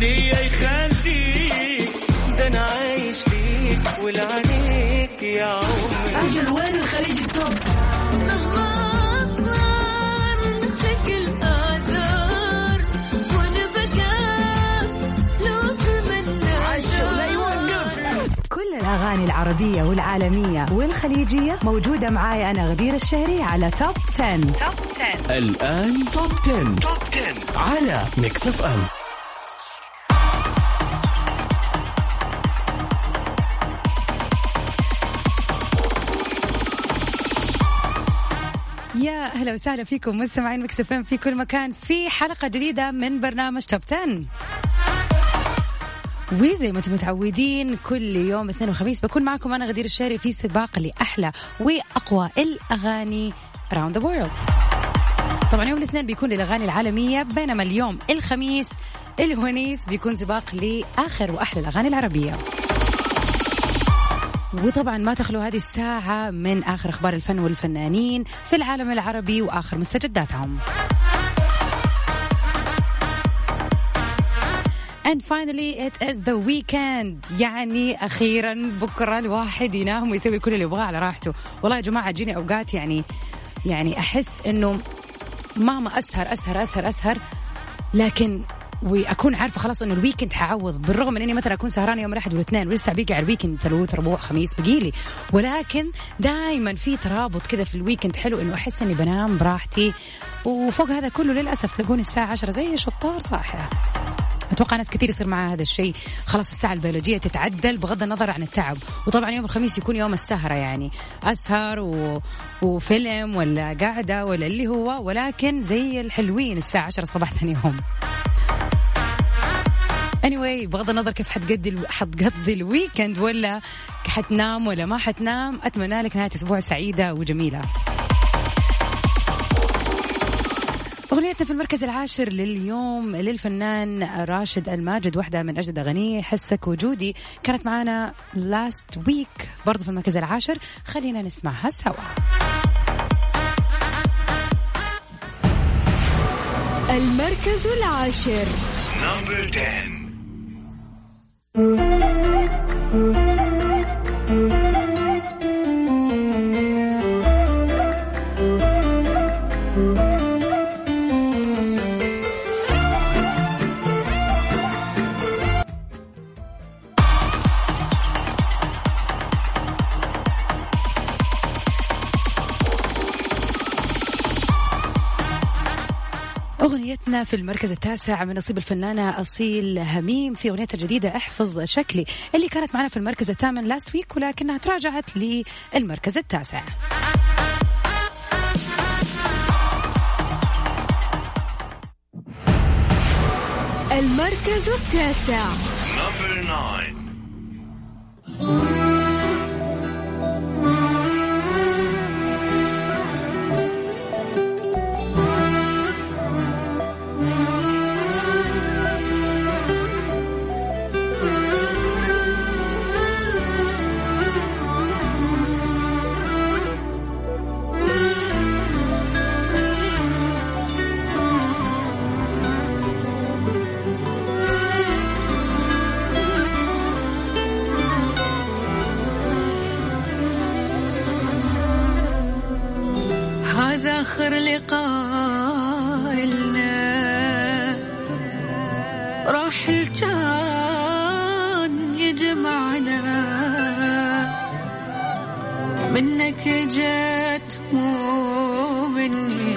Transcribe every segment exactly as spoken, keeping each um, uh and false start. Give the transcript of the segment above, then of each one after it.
ليا يخليك، ده أنا عايش ليك ولعنيك يا عمري. أجل وين الخليج التوب؟ مهما أصغر نخلق الآثار ونبقى نوصل من عشو لا يوقف. كل الأغاني العربية والعالمية والخليجية موجودة معاي أنا غدير الشهري على توب عشرة. توب عشرة الآن توب عشرة. توب عشرة على ميكس اف ام. يا أهلا وسهلا فيكم مستمعين ميكس اف ام في كل مكان في حلقة جديدة من برنامج توب عشرة. وزي ما انتم متعودين كل يوم اثنين وخميس بكون معكم أنا غدير الشهري في سباق لأحلى وأقوى الأغاني around the world. طبعا يوم الاثنين بيكون للأغاني العالمية، بينما اليوم الخميس الونيس بيكون سباق لآخر وأحلى الأغاني العربية. وطبعا ما تخلو هذه الساعة من آخر أخبار الفن والفنانين في العالم العربي وآخر مستجداتهم. And finally it is the weekend. يعني أخيرا بكرة الواحد ينام ويسوي كل اللي يبغاه على راحته. والله يا جماعة جيني أوقات يعني يعني أحس إنه مهما أسهر أسهر أسهر أسهر لكن وأكون عارفة خلاص إنه الويكند حعوض، بالرغم من إني مثلا أكون سهرانة يوم الأحد والاثنين ولسه بيجي على الويكند ثلاث ربوع خميس بقيلي، ولكن دائما في ترابط كذا في الويكند حلو إنه أحس إني بنام براحتي. وفوق هذا كله للأسف تلاقوني الساعة عشرة زي شطار صاحية. أتوقع ناس كثير يصير معها هذا الشيء، خلاص الساعة البيولوجية تتعدل بغض النظر عن التعب. وطبعا يوم الخميس يكون يوم السهرة، يعني أسهر و... وفيلم ولا قاعدة ولا اللي هو، ولكن زي الحلوين الساعة عشرة صباح ثاني يوم. anyway بغض النظر كيف حتقضي حتقضي الويكند ولا حتنام ولا ما حتنام، أتمنى لك نهاية أسبوع سعيدة وجميلة. أغنيتنا في المركز العاشر لليوم للفنان راشد الماجد، واحدة من أجدد أغانيه حسك وجودي، كانت معانا last week برضو في المركز العاشر. خلينا نسمعها سوا. المركز العاشر Number ten. أغنيتنا في المركز التاسع من نصيب الفنانة أصيل هميم في أغنيتها الجديدة احفظ شكلي، اللي كانت معنا في المركز الثامن لاست ويك ولكنها تراجعت للمركز التاسع. المركز التاسع Number nine. هذا آخر لقاء لنا، راح الكان يجمعنا، منك جت مو مني،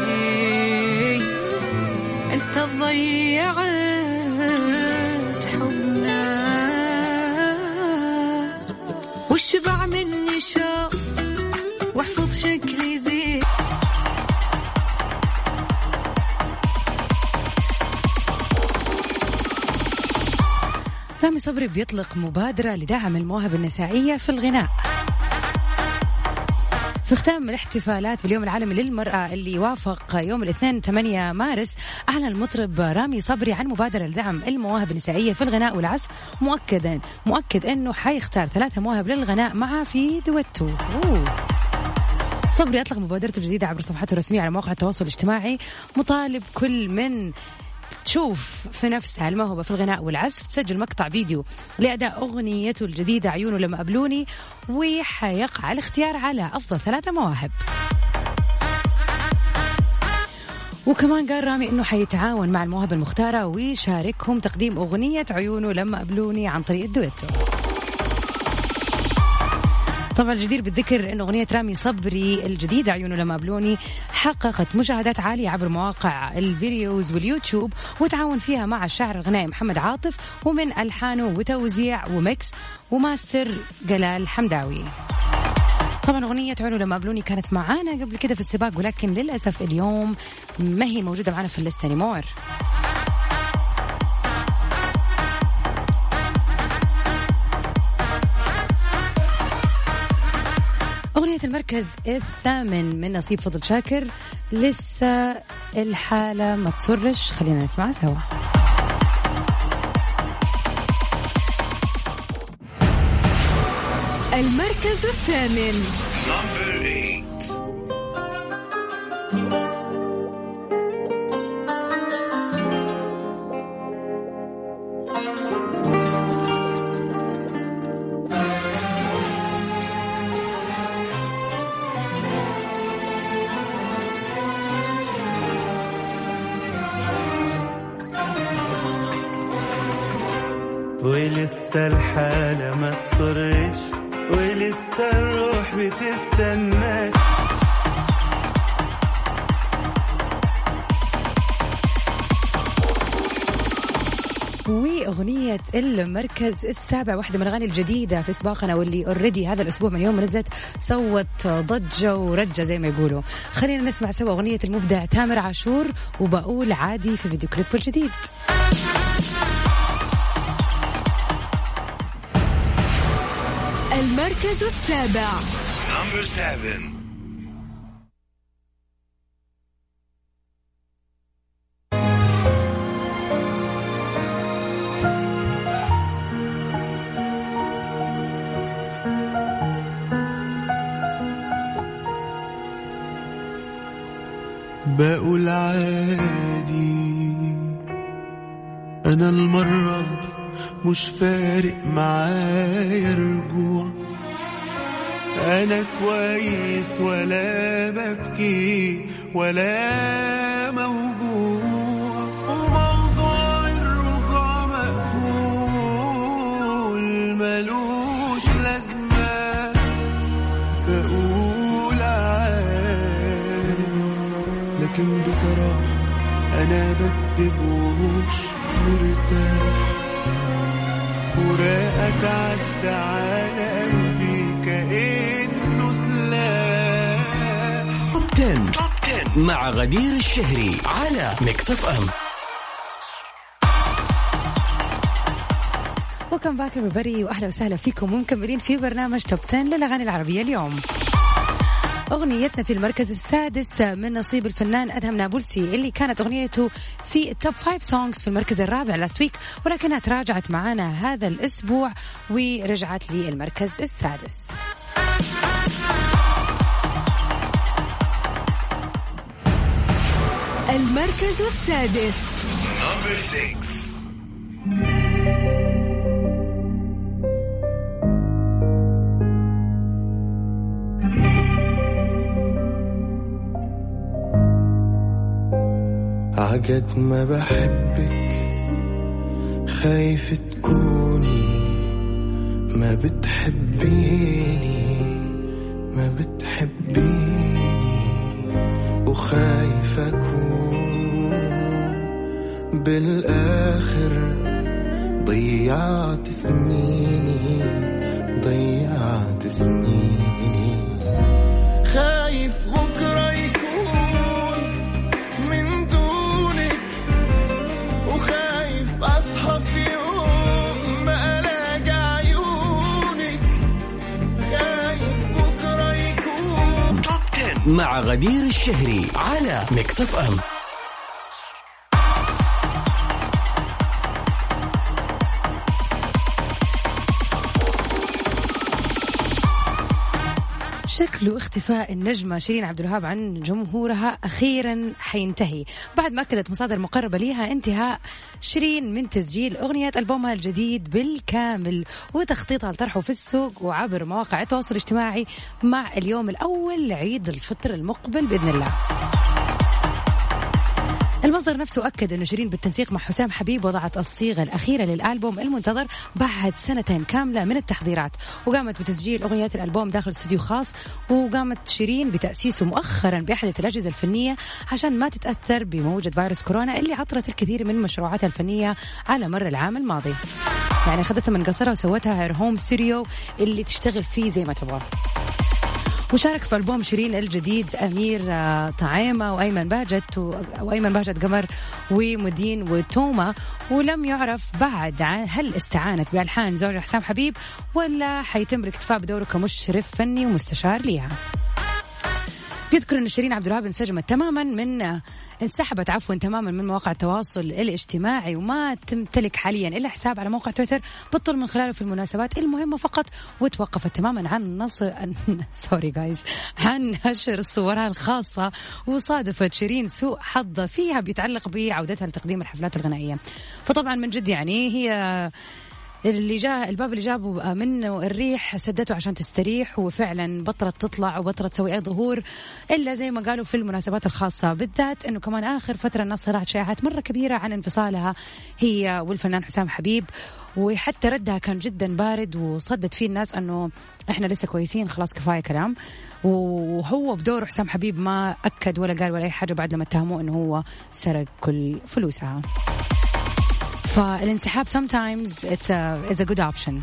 انت ضيعت حبنا، والشبع مني شوف واحفظ شكلي زين. رامي صبري بيطلق مبادرة لدعم المواهب النسائية في الغناء. في ختام الاحتفالات باليوم العالمي للمرأة اللي وافق يوم الاثنين ثمانية مارس، أعلن المطرب رامي صبري عن مبادرة لدعم المواهب النسائية في الغناء والعزف، مؤكدا مؤكد أنه حيختار ثلاثة مواهب للغناء معه في دويتو. أوه. صبري أطلق مبادرته الجديدة عبر صفحته الرسمية على مواقع التواصل الاجتماعي، مطالب كل من تشوف في نفسها الموهبة في الغناء والعزف تسجل مقطع فيديو لأداء أغنيته الجديدة عيونه لما قبلوني، وحيقع الاختيار على أفضل ثلاثة مواهب. وكمان قال رامي إنه حيتعاون مع المواهب المختارة ويشاركهم تقديم أغنية عيونه لما قبلوني عن طريق الدويتو. طبعا الجدير بالذكر أن أغنية رامي صبري الجديدة عيونه لما قبلوني حققت مشاهدات عالية عبر مواقع الفيديوز واليوتيوب، وتعاون فيها مع الشاعر الغنائي محمد عاطف، ومن ألحانه وتوزيع وميكس وماستر جلال حمداوي. طبعا أغنية عيونه لما قبلوني كانت معانا قبل كده في السباق، ولكن للأسف اليوم ما هي موجودة معنا في الليست انيمور. أغنية المركز الثامن من نصيب فضل شاكر لسه الحالة ما تصرش، خلينا نسمع سوا. المركز الثامن. Number eight. ولسه الحالة ما تصرش، ولسه الروح بتستناك. وأغنية المركز السابع واحدة من الأغاني الجديدة في سباقنا، واللي اوريدي هذا الأسبوع من يوم نزلت صوت ضجة ورجة زي ما يقولوا. خلينا نسمع سوا أغنية المبدع تامر عاشور وبقول عادي في فيديو كليب الجديد. المركز السابع. Number seven. بقول عادي أنا المرة دي مش فارق معايا رجوع، أنا كويس ولا ببكي ولا موجوع، وموضوع الرجوع مقفول ملوش لازمة. بقول عادي لكن بصراحة أنا بكتب ومش مرتاح، فراقك عدى على قلبي كأنه سلاح. توب عشرة مع غدير الشهري على ميكس اف ام. وكم باكر ببري وأهلا وسهلا فيكم ومكملين في برنامج توب عشرة للأغاني العربية. اليوم أغنيتنا في المركز السادس من نصيب الفنان أدهم نابلسي، اللي كانت أغنيته في التوب فايف سونجز في المركز الرابع لاست ويك، ولكنها تراجعت معنا هذا الأسبوع ورجعت لي المركز السادس. المركز السادس. Number six. عجد ما بحبك خايف تكوني ما بتحبيني ما بتحبيني، وخايف أكون بالآخر ضيعت سنيني ضيعت سنيني، خايف بكرة يكون من دونك، وخايف أصحى في يوم ما ألاقي عيونك، خايف بكرة يكون. توب عشرة مع غدير الشهري على ميكس اف ام. شكله اختفاء النجمة شيرين عبد الوهاب عن جمهورها أخيرا حينتهي بعد ما أكدت مصادر مقربة لها انتهاء شيرين من تسجيل أغنية ألبومها الجديد بالكامل وتخطيطها لطرحه في السوق وعبر مواقع التواصل الاجتماعي مع اليوم الأول لعيد الفطر المقبل بإذن الله. المصدر نفسه أكد أن شيرين بالتنسيق مع حسام حبيب وضعت الصيغة الأخيرة للألبوم المنتظر بعد سنتين كاملة من التحضيرات وقامت بتسجيل أغنيات الألبوم داخل استوديو خاص وقامت شيرين بتأسيسه مؤخرا بأحدث الأجهزة الفنية عشان ما تتأثر بموجة فيروس كورونا اللي عطلت الكثير من مشروعاتها الفنية على مر العام الماضي. يعني أخذتها من قصرها وسوتها هير هوم ستوديو اللي تشتغل فيه زي ما تبغى. وشارك في ألبوم شيرين الجديد أمير طعيمة وأيمن باجت وأيمن باجت قمر ومدين وتوما ولم يعرف بعد عن هل استعانت بألحان زوجها حسام حبيب ولا حيتم الاكتفاء بدوره كمشرف فني ومستشار ليها. بيذكر أن شيرين عبد الوهاب انسجمت تماما من انسحبت عفوا تماما من مواقع التواصل الاجتماعي وما تمتلك حاليا إلا حساب على موقع تويتر بتطل من خلاله في المناسبات المهمة فقط وتوقفت تماما عن نص سوري جايز عن نشر صورها الخاصة وصادفت شيرين سوء حظ فيها بيتعلق بعودتها لتقديم الحفلات الغنائية. فطبعا من جد يعني هي اللي جاء الباب اللي جابه منه الريح سدته عشان تستريح وفعلا بطلت تطلع وبطلت تسوي أي ظهور إلا زي ما قالوا في المناسبات الخاصة بالذات إنه كمان آخر فترة الناس طلعت شائعات مرة كبيرة عن انفصالها هي والفنان حسام حبيب وحتى ردها كان جدا بارد وصدت فيه الناس أنه إحنا لسه كويسين خلاص كفاية كلام. وهو بدور حسام حبيب ما أكد ولا قال ولا أي حاجة بعد لما اتهموه إنه هو سرق كل فلوسها. فالانسحاب sometimes it's a, it's a good option.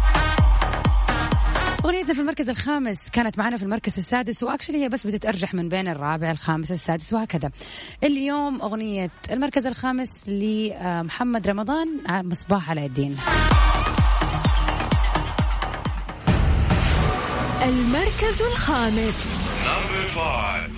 أغنيتنا في المركز الخامس كانت معنا في المركز السادس وأكشلي هي بس بتتأرجح من بين الرابع الخامس السادس وهكذا. اليوم أغنية المركز الخامس لمحمد رمضان مصباح علاء الدين. المركز الخامس. Number five.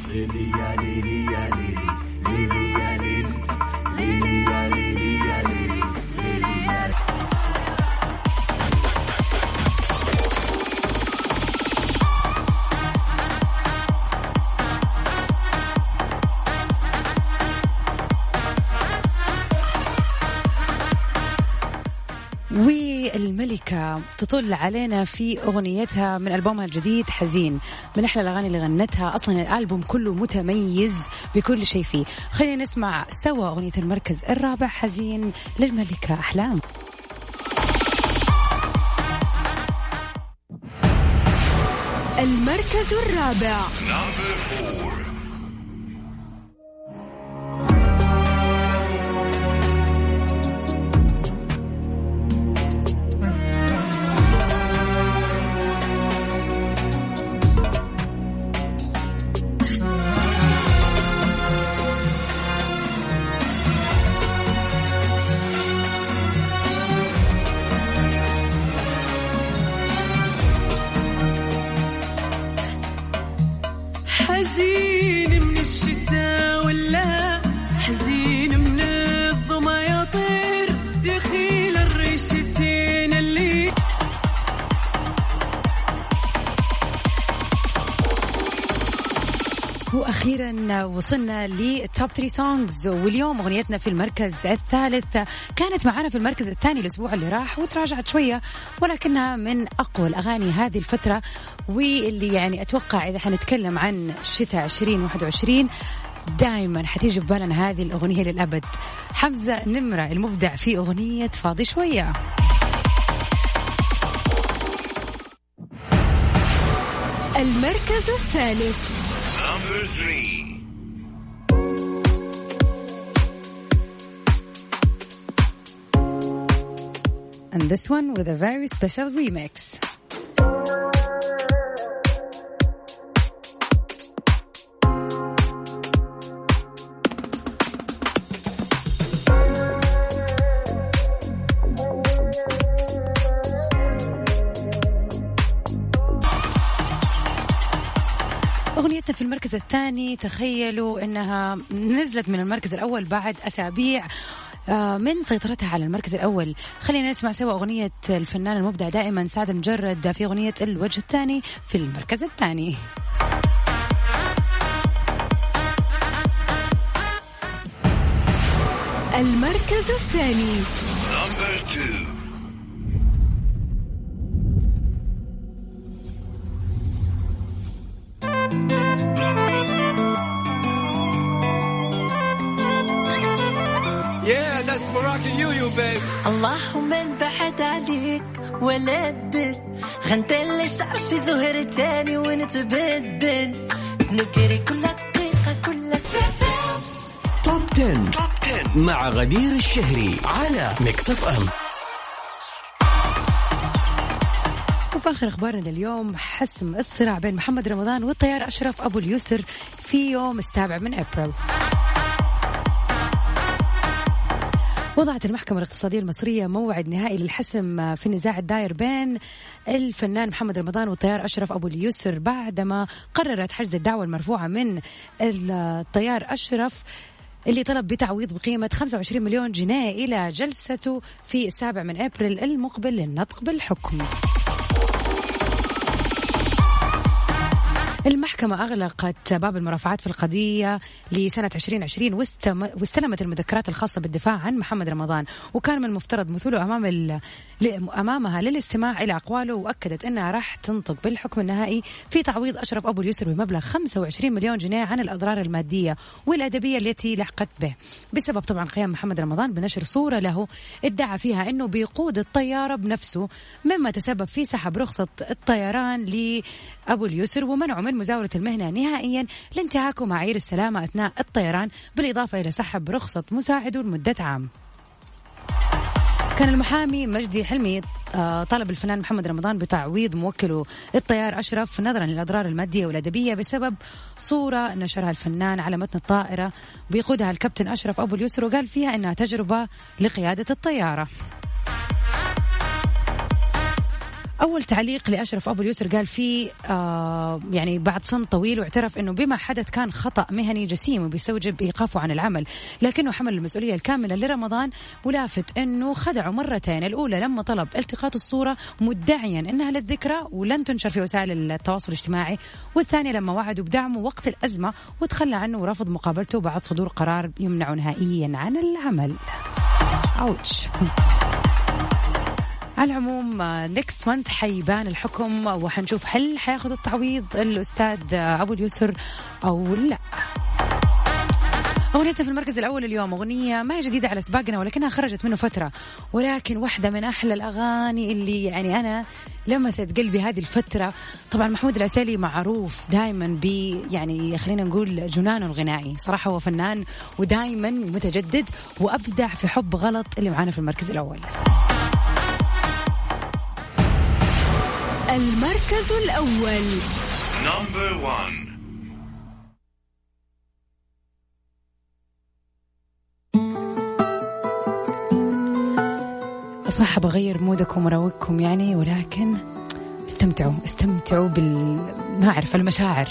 والملكة تطل علينا في أغنيتها من ألبومها الجديد حزين من أحلى الأغاني اللي غنتها أصلا الألبوم كله متميز بكل شيء فيه. خلينا نسمع سوا أغنية المركز الرابع حزين للملكة أحلام. المركز الرابع. حزين من الشتاء ولا حزين من الظما يطير دخيل الريشتين اللي وأخيرا وصلنا للتوب ثري سونجز واليوم أغنيتنا في المركز الثالث كانت معنا في المركز الثاني الأسبوع اللي راح وتراجعت شوية ولكنها من أقوى الأغاني هذه الفترة واللي يعني أتوقع إذا حنتكلم عن شتاء عشرين واحد وعشرين دائما حتيجي في بالنا هذه الأغنية للأبد. حمزة نمرة المبدع في أغنية فاضي شوية. المركز الثالث. Number three. And this one with a very special remix. أغنيتنا في المركز الثاني تخيلوا أنها نزلت من المركز الأول بعد أسابيع من سيطرتها على المركز الأول. خلينا نسمع سوا أغنية الفنان المبدع دائما سعد المجرد في أغنية الوجه الثاني في المركز الثاني. المركز الثاني. Number two. Yeah, that's Moroccan you, you babe. اللهم من بعد عليك ولا الدل غنت اللي شعرشي زهر تاني ونتبدل نجري كل دقيقة كل ساعة. توب عشرة مع غدير الشهري على ميكس اف ام. وفي آخر أخبارنا اليوم حسم الصراع بين محمد رمضان والطيار أشرف أبو اليسر في يوم السابع من أبريل. وضعت المحكمة الاقتصادية المصرية موعد نهائي للحسم في النزاع الداير بين الفنان محمد رمضان والطيار أشرف أبو اليسر بعدما قررت حجز الدعوة المرفوعة من الطيار أشرف اللي طلب بتعويض بقيمة خمسة وعشرين مليون جنيه إلى جلسته في السابع من أبريل المقبل للنطق بالحكم. المحكمة أغلقت باب المرافعات في القضية لسنة عشرين عشرين واستلمت المذكرات الخاصة بالدفاع عن محمد رمضان، وكان من المفترض مثوله أمام ال... أمامها للاستماع إلى أقواله، وأكدت أنها راح تنطق بالحكم النهائي في تعويض أشرف أبو اليسر بمبلغ خمسة وعشرين مليون جنيه عن الأضرار المادية والأدبية التي لحقت به بسبب طبعا قيام محمد رمضان بنشر صورة له ادعى فيها أنه بيقود الطيارة بنفسه، مما تسبب في سحب رخصة الطيران لأبو اليسر ومنعه من مزاولة المهنة نهائيا لانتهاكه معايير السلامة أثناء الطيران، بالإضافة إلى سحب رخصة مساعده لمدة عام. كان المحامي مجدي حلمي طلب الفنان محمد رمضان بتعويض موكله الطيار أشرف نظرا للأضرار المادية والأدبية بسبب صورة نشرها الفنان على متن الطائرة بيقودها الكابتن أشرف أبو اليسر، وقال فيها أنها تجربة لقيادة الطيارة. أول تعليق لأشرف أبو اليسر قال فيه آه يعني بعد صمت طويل، واعترف أنه بما حدث كان خطأ مهني جسيم وبيستوجب إيقافه عن العمل، لكنه حمل المسؤولية الكاملة لرمضان، ولافت أنه خدعه مرتين، الأولى لما طلب التقاط الصورة مدعيا أنها للذكرى ولن تنشر في وسائل التواصل الاجتماعي، والثانية لما وعدوا بدعمه وقت الأزمة وتخلى عنه ورفض مقابلته بعد صدور قرار يمنعه نهائيا عن العمل. أوتش. على العموم نيكست مانث حيبان الحكم وحنشوف هل حياخذ التعويض الأستاذ أبو اليسر أو لا. أغنيتنا في المركز الأول اليوم أغنية ما هي جديدة على سباقنا ولكنها خرجت منه فترة، ولكن واحدة من أحلى الأغاني اللي يعني أنا لمست قلبي هذه الفترة. طبعا محمود العسيلي معروف دائما ب يعني خلينا نقول جنانه الغنائي، صراحة هو فنان ودائما متجدد وأبدع في حب غلط اللي معانا في المركز الأول. المركز الأول. Number one. صح بغير مودكم وراوقكم يعني، ولكن استمتعوا استمتعوا بال ما أعرف المشاعر.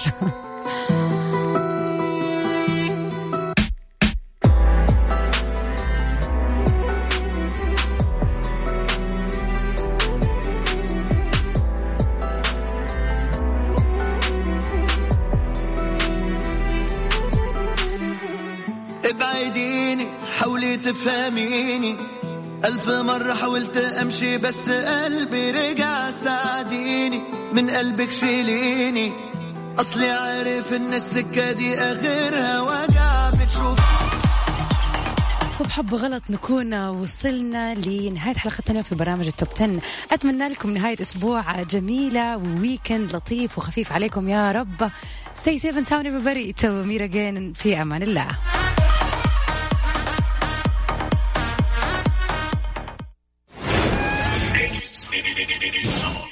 ابعديني حاولي تفهميني، ألف مرة حاولت أمشي بس قلبي رجع، ساعديني من قلبك شيليني، أصلي عارف إن السكة دي آخرها وجع بتشوف. وبحب غلط نكون وصلنا لنهاية حلقتنا في برامج التوب عشرة. أتمنى لكم نهاية أسبوع جميلة وويكند لطيف وخفيف عليكم يا رب. Stay safe and sound everybody. Till we meet again. في أمان الله.